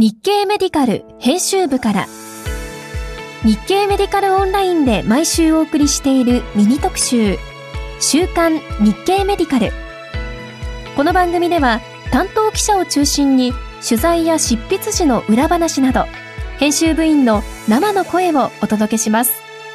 日経メディカル編集部から日経メディカルオンラインで毎週お送りしているミニ特集週刊日経メディカル。この番組では担当記者を中心に取材や執筆時の裏話など編集部員の生の声をお届けします。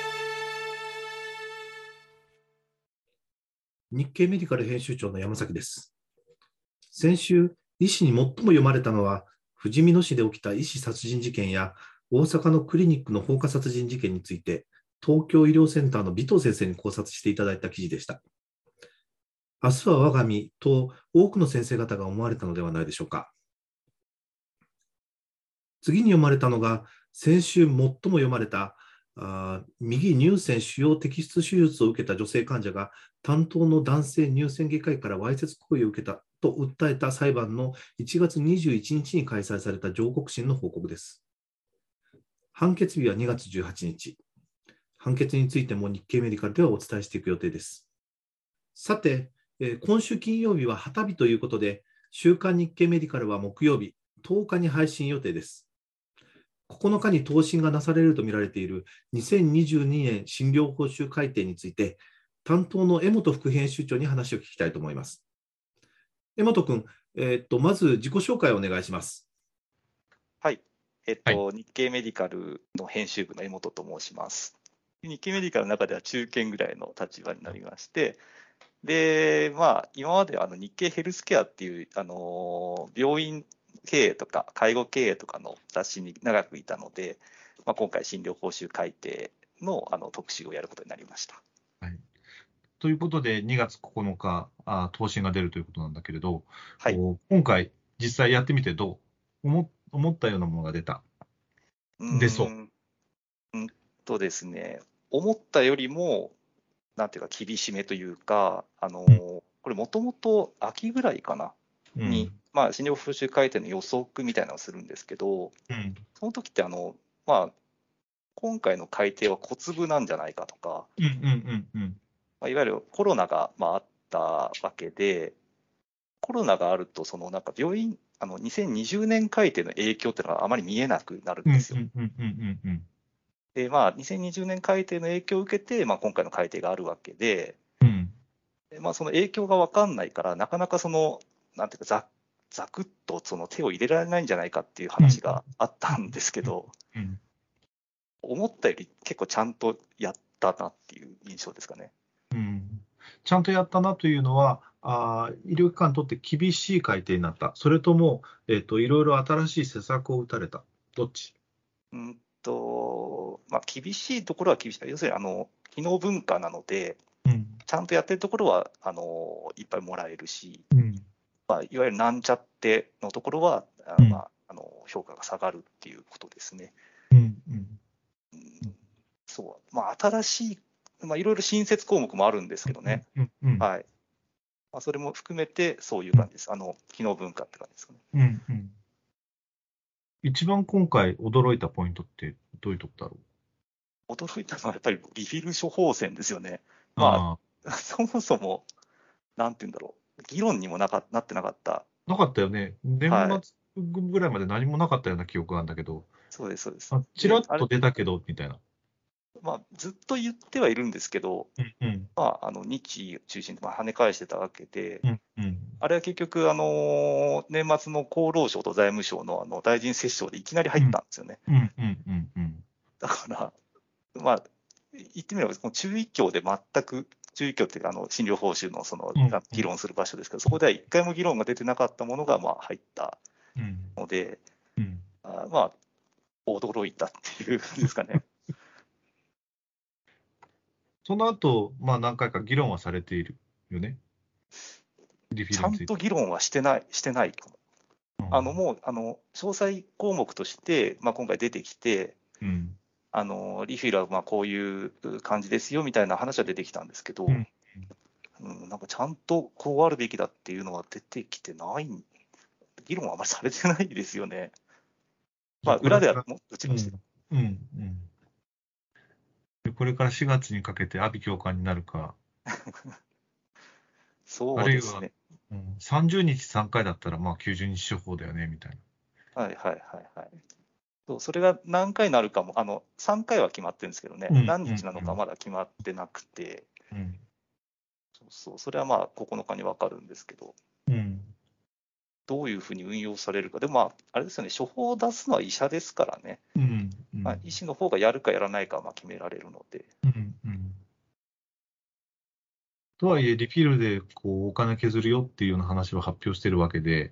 日経メディカル編集長の山崎です。先週、医師に最も読まれたのはふじみ野市で起きた医師殺人事件や大阪のクリニックの放火殺人事件について東京医療センターの尾藤先生に考察していただいた記事でした。明日は我が身と多くの先生方が思われたのではないでしょうか。次に読まれたのが先週最も読まれた右乳腺腫瘍摘出手術を受けた女性患者が担当の男性乳腺外科医からわいせつ行為を受けたと訴えた裁判の1月21日に開催された上告審の報告です。判決日は2月18日。判決についても日経メディカルではお伝えしていく予定です。さて、今週金曜日は旗日ということで、週刊日経メディカルは木曜日10日に配信予定です。9日に答申がなされるとみられている2022年診療報酬改定について、担当の江本副編集長に話を聞きたいと思います。江本君、まず自己紹介をお願いします。 はい、日経メディカルの編集部の江本と申します。日経メディカルの中では中堅ぐらいの立場になりまして、で、今までは日経ヘルスケアっていう、病院経営とか介護経営とかの雑誌に長くいたので、今回診療報酬改定の、特集をやることになりました。 はい、ということで2月9日答申が出るということなんだけれど、はい、今回実際やってみてどう思ったようなものが出そう。 ですね、思ったよりもなんていうか厳しめというか、これもともと秋ぐらいかなに、診療報酬改定の予測みたいなのをするんですけど、その時って今回の改定は小粒なんじゃないかとか、いわゆるコロナがあったわけで、コロナがあるとなんか病院2020年改定の影響っていうのがあまり見えなくなるんですよ。で2020年改定の影響を受けて、今回の改定があるわけで、でその影響が分かんないから、なかなかなんていうかざくっと手を入れられないんじゃないかっていう話があったんですけど、思ったより結構ちゃんとやったなっていう印象ですかね。 ちゃんとやったなというのは、医療機関にとって厳しい改定になった、それとも、いろいろ新しい施策を打たれた、どっち？ 厳しいところは厳しい。要するに機能文化なので、ちゃんとやってるところはいっぱいもらえるし、いわゆるなんちゃってのところは、評価が下がるっていうことですね。新しい、いろいろ新設項目もあるんですけどね。はい。それも含めてそういう感じです。機能文化って感じですかね。 一番今回驚いたポイントってどういうところだろう？驚いたのはやっぱりリフィル処方箋ですよね。そもそも、なんていうんだろう、議論にもなってなかった。 なかったよね。年末ぐらいまで何もなかったような記憶があるんだけど。 そうです、そうです。 ちらっと出たけど、みたいな。 ずっと言ってはいるんですけど、日医中心で跳ね返してたわけで、あれは結局、年末の厚労省と財務省の大臣折衝でいきなり入ったんですよね。だから、言ってみれば、中医協で全く、中医協っていうか診療報酬の議論する場所ですけど、そこでは一回も議論が出てなかったものが入ったので、驚いたっていう感じですかね。 その後、何回か議論はされているよね。 ちゃんと議論はしてないかも。もう詳細項目として、今回出てきて、リフィルはこういう感じですよみたいな話は出てきたんですけど、なんかちゃんとこうあるべきだっていうのは出てきてない、議論はあまりされてないですよね。裏ではもうちまして。 これから4月にかけて阿鼻教官になるか、 そうですね。 あるいは、30日3回だったら90日処方だよねみたいな。 はいはいはいはい。それが何回になるかも、3回は決まってるんですけどね、何日なのかまだ決まってなくて、それはまあ9日に分かるんですけど、どういうふうに運用されるか、でもまあ、あれですよね、処方を出すのは医者ですからね、医師の方がやるかやらないかはまあ決められるので。 とはいえ、リフィルでこうお金削るよっていうような話を発表してるわけで、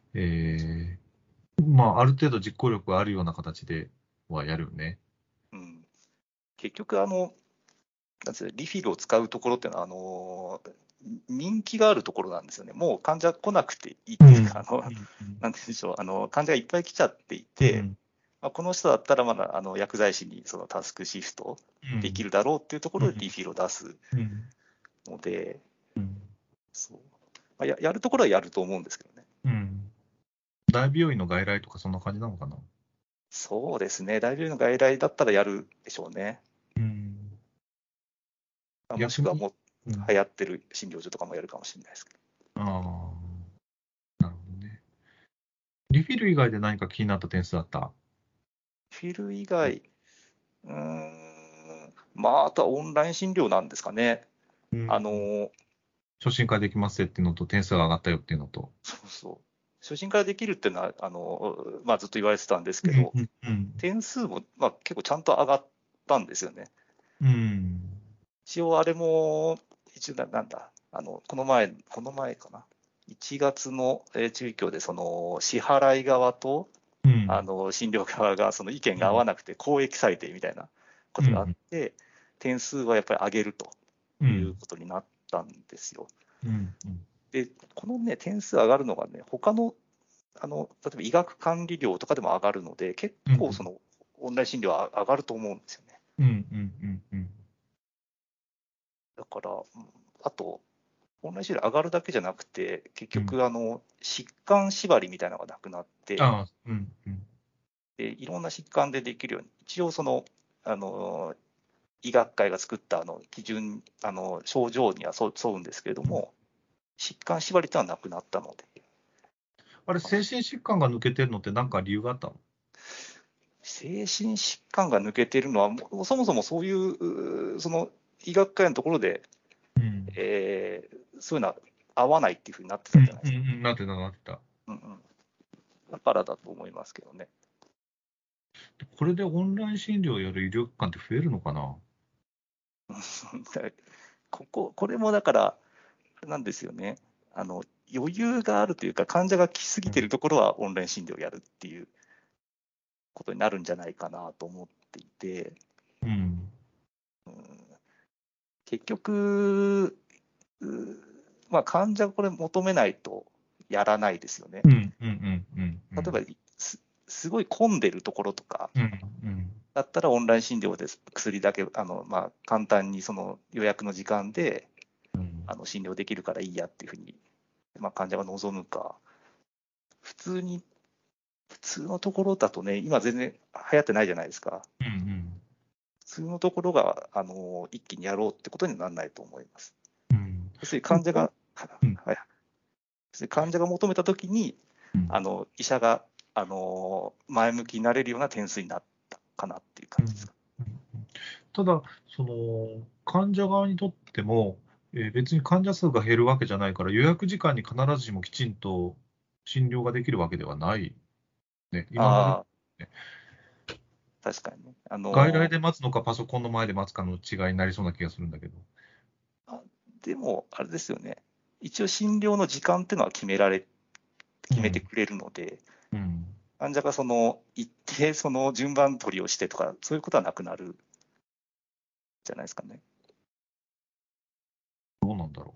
まあ、ある程度実行力があるような形ではやるよね。 結局なんですよ、リフィルを使うところっていうのは、人気があるところなんですよね。もう患者来なくていいっていうか、なんていうんでしょう、患者がいっぱい来ちゃっていて、この人だったらまだ薬剤師にそのタスクシフトできるだろうっていうところでリフィルを出すので、やるところはやると思うんですけどね。 大病院の外来とかそんな感じなのかな。 そうですね、大病院の外来だったらやるでしょうね。もしくはもう流行ってる診療所とかもやるかもしれないですけど。 なるほどね。リフィル以外で何か気になった点数あった？ リフィル以外、まあ、あとはオンライン診療なんですかね。 初心からできますっていうのと、点数が上がったよっていうのと。 初心からできるっていうのは、まあ、ずっと言われてたんですけど、点数も、まあ、結構ちゃんと上がったんですよね。一応あれも、なんだ、この前かな、1月の中京で、その支払い側と、診療側がその意見が合わなくて、公益裁定みたいなことがあって、点数はやっぱり上げるということになったんですよ。で、このね、点数上がるのがね、他の、例えば医学管理料とかでも上がるので、結構そのオンライン診療は上がると思うんですよね。だから、あと、オンライン診療上がるだけじゃなくて、結局、疾患縛りみたいなのがなくなって、でいろんな疾患でできるように、一応その、医学会が作った基準、症状には沿うんですけれども、疾患縛りってのはなくなったので。 あれ、精神疾患が抜けてるのって何か理由があったの？ 精神疾患が抜けてるのは、そもそもそういう、その医学会のところで、そういうのは合わないっていうふうになってたじゃないですか。 なってた。 だからだと思いますけどね。 これでオンライン診療をやる医療機関って増えるのかな？ これもだから、なんですよね。余裕があるというか、患者が来すぎてるところはオンライン診療をやるっていうことになるんじゃないかなと思っていて、結局、まあ、患者がこれ求めないとやらないですよね。例えばすごい混んでるところとかだったらオンライン診療で薬だけまあ、簡単にその予約の時間で診療できるからいいやっていうふうに、まあ、患者が望むか、普通のところだとね、今全然流行ってないじゃないですか。普通のところが一気にやろうってことにはならないと思います。要するに患者が求めたときに、医者が前向きになれるような点数になったかなっていう感じですか。 ただ、その患者側にとっても、別に患者数が減るわけじゃないから、予約時間に必ずしもきちんと診療ができるわけではないね、今まで、ね。 確かにね。 外来で待つのか、パソコンの前で待つかの違いになりそうな気がするんだけど。 でも、あれですよね、一応診療の時間っていうのは決めてくれるので、患者が一定順番取りをしてとか、そういうことはなくなるじゃないですかね。 どうなんだろ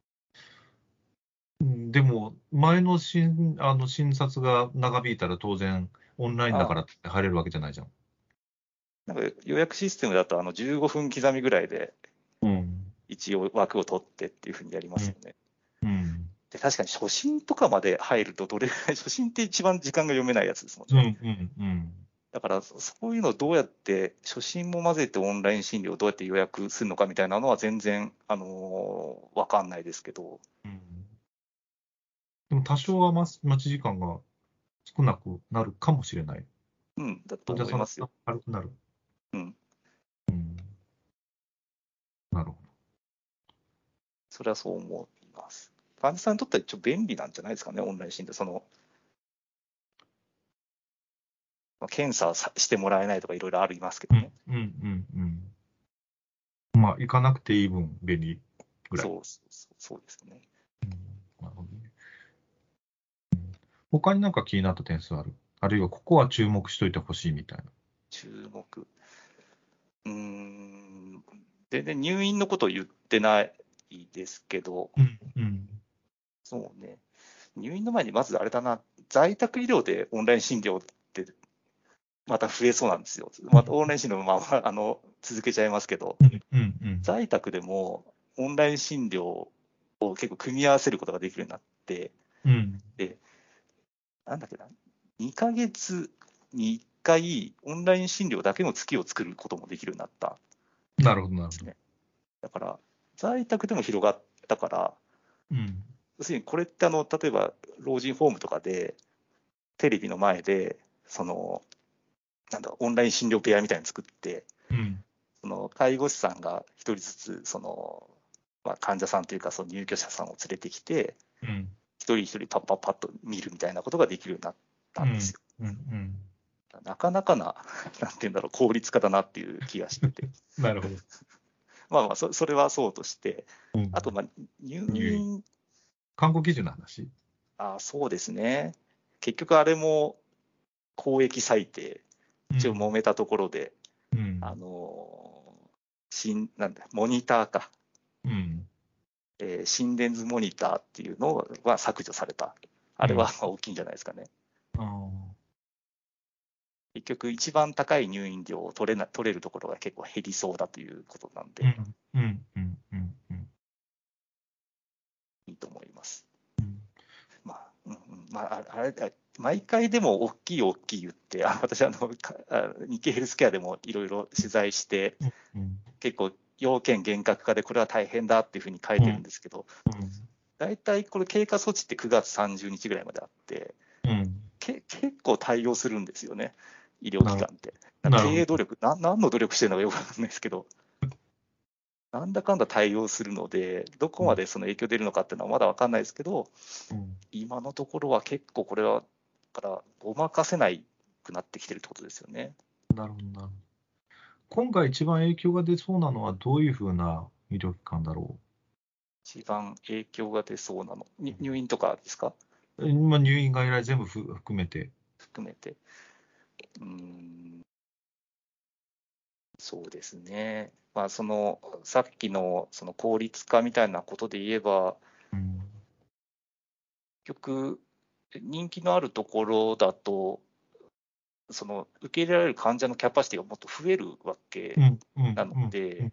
う。でも、前の診察が長引いたら当然、オンラインだからって入れるわけじゃないじゃん。なんか予約システムだと15分刻みぐらいで、一応枠を取ってっていうふうにやりますよね。で確かに初診とかまで入ると、どれぐらい、初診って一番時間が読めないやつですもんね。だから、そういうのをどうやって、初診も混ぜてオンライン診療をどうやって予約するのかみたいなのは全然、わかんないですけど。 でも多少は待ち時間が少なくなるかもしれない。 だと思いますよ。 軽くなる。なるほど。 それはそう思います。患者さんにとっては一応便利なんじゃないですかね、オンライン診療。検査してもらえないとかいろいろありますけどね。 まあ、行かなくていい分、便利ぐらい。 そうですね。 なるほどね。他になんか気になった点数ある？あるいはここは注目しといてほしいみたいな。 注目。全然入院のことを言ってないですけど、そうね。入院の前にまずあれだな、在宅医療でオンライン診療ってまた増えそうなんですよ。またオンライン診療のまま続けちゃいますけど、在宅でもオンライン診療を結構組み合わせることができるようになって、で、なんだっけな、2ヶ月に1回オンライン診療だけの月を作ることもできるようになった。 なるほど、なるほど。 だから、在宅でも広がったから、要するにこれって例えば老人ホームとかで、テレビの前で、オンライン診療部屋みたいに作って、介護士さんが一人ずつ、患者さんというか、入居者さんを連れてきて、一人一人パッと見るみたいなことができるようになったんですよ。なかなかなんていうんだろう、効率化だなっていう気がしてて。 なるほど。 まあそれはそうとして、あと、入院。 看護基準の話？ そうですね。結局あれも公益裁定、一応揉めたところで、モニターか。心電図モニターっていうのは削除された。あれは大きいんじゃないですかね。結局、一番高い入院料を取れるところが結構減りそうだということなんで、いいと思います。あれ毎回でも大きい言って、私日経ヘルスケアでもいろいろ取材して、結構要件厳格化でこれは大変だっていうふうに書いてるんですけど、大体これ経過措置って9月30日ぐらいまであって、結構対応するんですよね、医療機関って。経営努力、何の努力してるのかよくわかんないですけど、なんだかんだ対応するので、どこまでその影響出るのかっていうのはまだわかんないですけど、今のところは結構これはからごまかせないくなってきてるってことですよね。 なるほど。今回一番影響が出そうなのはどういうふうな医療機関だろう？ 一番影響が出そうなの、入院とかですか？ 入院外来全部含めて。 そうですね。さっきのその効率化みたいなことで言えば、結局、人気のあるところだと、受け入れられる患者のキャパシティがもっと増えるわけなので、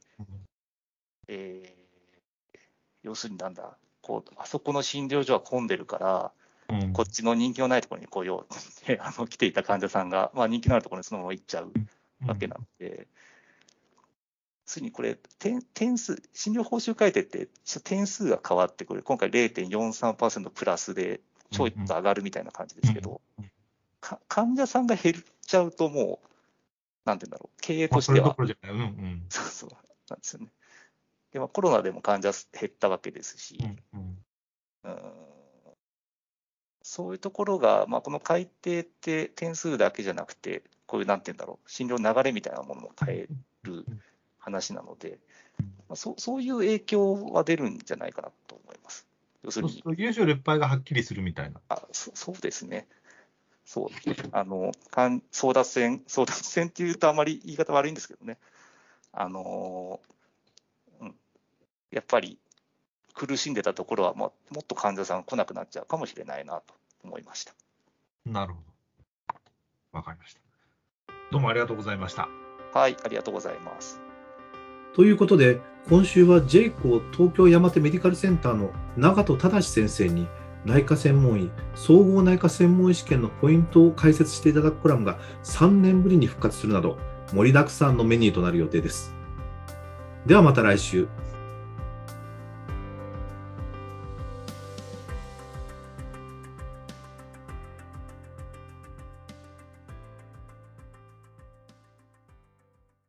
要するにあそこの診療所は混んでるから、こっちの人気のないところに来ようって来ていた患者さんが、人気のあるところにそのまま行っちゃうわけなので、すでにこれ、点数、診療報酬改定って点数が変わってくる、今回 0.43% プラスでちょいと上がるみたいな感じですけど、患者さんが減っちゃうともう、なんていうんだろう、経営としては、そうなんですよね。でコロナでも患者減ったわけですし、そういうところが、この改定って点数だけじゃなくて、こういうなんていうんだろう、診療の流れみたいなものも変える話なので、そういう影響は出るんじゃないかなと思います。要するに優勝劣敗がはっきりするみたいな。 そうですね。争奪戦っていうとあまり言い方悪いんですけどね。やっぱり苦しんでたところはもっと患者さん来なくなっちゃうかもしれないなと思いました。 なるほど。わかりました。どうもありがとうございました。 はい、ありがとうございます。 ということで、今週は J-COE 東京山手メディカルセンターの長門忠先生に内科専門医総合内科専門医試験のポイントを解説していただくコラムが3年ぶりに復活するなど盛りだくさんのメニューとなる予定です。ではまた来週。